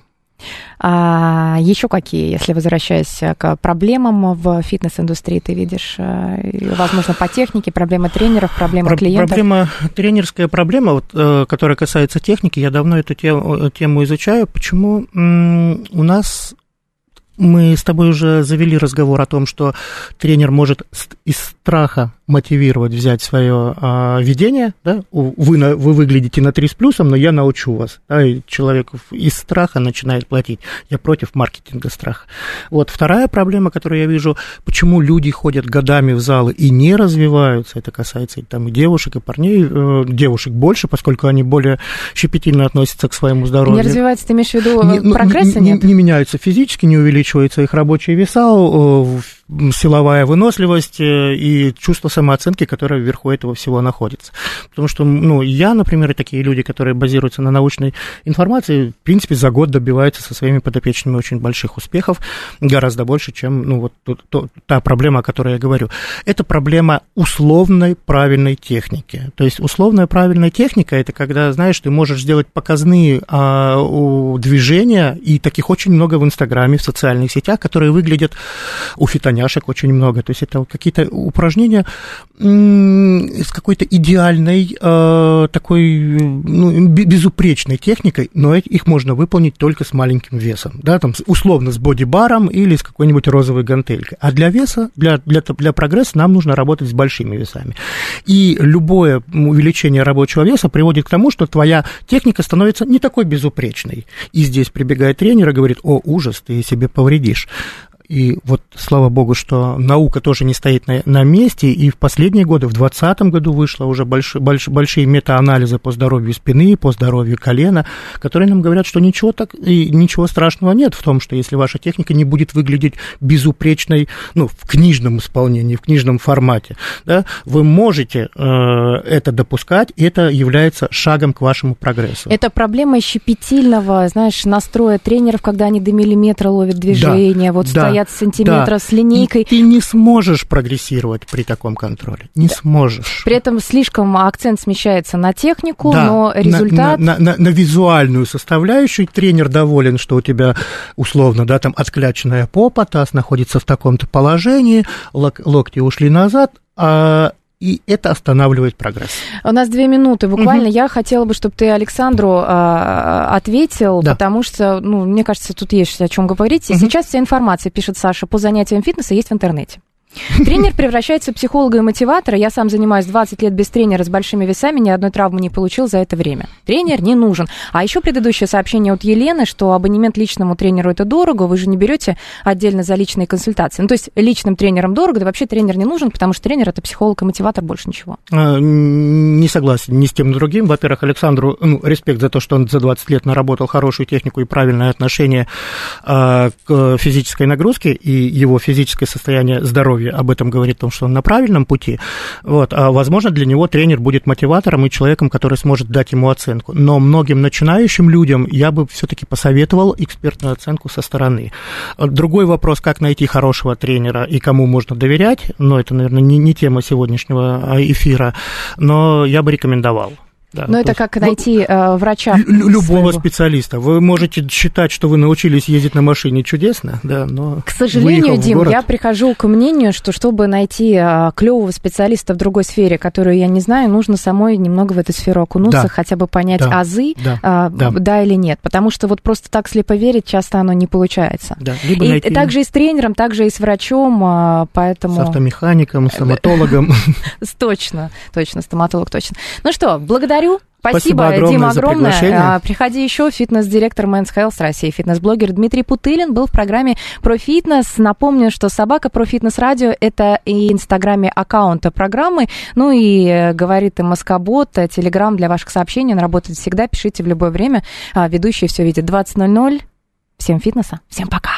А еще какие, если возвращаясь к проблемам в фитнес-индустрии, ты видишь, возможно, по технике, проблемы тренеров, проблемы клиентов? Тренерская проблема, вот, которая касается техники, я давно эту тему изучаю. Почему у нас... Мы с тобой уже завели разговор о том, что тренер может из страха мотивировать взять свое ведение, да? Вы выглядите на 3 с плюсом, но я научу вас, да? И человек из страха начинает платить. Я против маркетинга страха. Вот вторая проблема, которую я вижу, почему люди ходят годами в залы и не развиваются, это касается там, и девушек, и парней, девушек больше, поскольку они более щепетильно относятся к своему здоровью. Не развиваются, ты имеешь в виду, прогресса нет? Не меняются физически, не увеличиваются их рабочие веса, силовая выносливость и чувство самооценки, которое вверху этого всего находится. Потому что, я, например, и такие люди, которые базируются на научной информации, в принципе, за год добиваются со своими подопечными очень больших успехов, гораздо больше, чем та проблема, о которой я говорю. Это проблема условной правильной техники. То есть условная правильная техника – это когда, знаешь, ты можешь сделать показные движения, и таких очень много в Инстаграме, в социальных сетях, которые выглядят у фитоняшек очень много. То есть это какие-то упражнения с какой-то идеальной, такой безупречной техникой, но их можно выполнить только с маленьким весом. Да, там, условно с бодибаром или с какой-нибудь розовой гантелькой. А для веса, для прогресса нам нужно работать с большими весами. И любое увеличение рабочего веса приводит к тому, что твоя техника становится не такой безупречной. И здесь прибегает тренер и говорит: о, ужас, ты себе повредишь. И вот, слава богу, что наука тоже не стоит на месте, и в последние годы, в 2020 году вышло уже большие метаанализы по здоровью спины, по здоровью колена, которые нам говорят, что ничего страшного нет в том, что если ваша техника не будет выглядеть безупречной, в книжном исполнении, в книжном формате, да, вы можете это допускать, и это является шагом к вашему прогрессу. Это проблема щепетильного, настроя тренеров, когда они до миллиметра ловят движение, стоят сантиметра с линейкой. И ты не сможешь прогрессировать при таком контроле. Не сможешь. При этом слишком акцент смещается на технику, но результат... На визуальную составляющую. Тренер доволен, что у тебя, условно, там откляченная попа, таз находится в таком-то положении, локти ушли назад, и это останавливает прогресс. У нас 2 минуты буквально. Я хотела бы, чтобы ты Александру ответил, потому что, мне кажется, тут есть о чем говорить. Сейчас вся информация, пишет Саша, по занятиям фитнеса есть в интернете. Тренер превращается в психолога и мотиватора. Я сам занимаюсь 20 лет без тренера с большими весами, ни одной травмы не получил за это время. Тренер не нужен. А еще предыдущее сообщение от Елены, что абонемент личному тренеру это дорого, вы же не берете отдельно за личные консультации. То есть личным тренерам дорого, да вообще тренер не нужен, потому что тренер это психолог и мотиватор, больше ничего. Не согласен ни с тем, ни с другим. Во-первых, Александру респект за то, что он за 20 лет наработал хорошую технику и правильное отношение к физической нагрузке, и его физическое состояние здоровья об этом говорит, о том, что он на правильном пути. А возможно, для него тренер будет мотиватором и человеком, который сможет дать ему оценку. Но многим начинающим людям я бы все-таки посоветовал экспертную оценку со стороны. Другой вопрос, как найти хорошего тренера и кому можно доверять. Это, наверное, не тема сегодняшнего эфира, но я бы рекомендовал. Да, Но это как найти врача. Любого специалиста. Вы можете считать, что вы научились ездить на машине чудесно, да, но... К сожалению, Дим, я прихожу к мнению, что чтобы найти клевого специалиста в другой сфере, которую я не знаю, нужно самой немного в эту сферу окунуться, хотя бы понять азы, да или нет. Потому что вот просто так слепо верить часто оно не получается. Да. И также и с тренером, также и с врачом, поэтому... С автомехаником, стоматологом. Точно, стоматолог точно. Ну что, благодарю. Спасибо Дима, за огромное. приглашение. Приходи еще. Фитнес-директор Men's Health России, фитнес-блогер Дмитрий Путылин был в программе «Про фитнес». Напомню, что собака «Про фитнес радио» — это и инстаграме аккаунта программы, ну и говорит и Москобот, телеграм для ваших сообщений. Он работает всегда. Пишите в любое время. Ведущий все видит. 20:00. Всем фитнеса. Всем пока.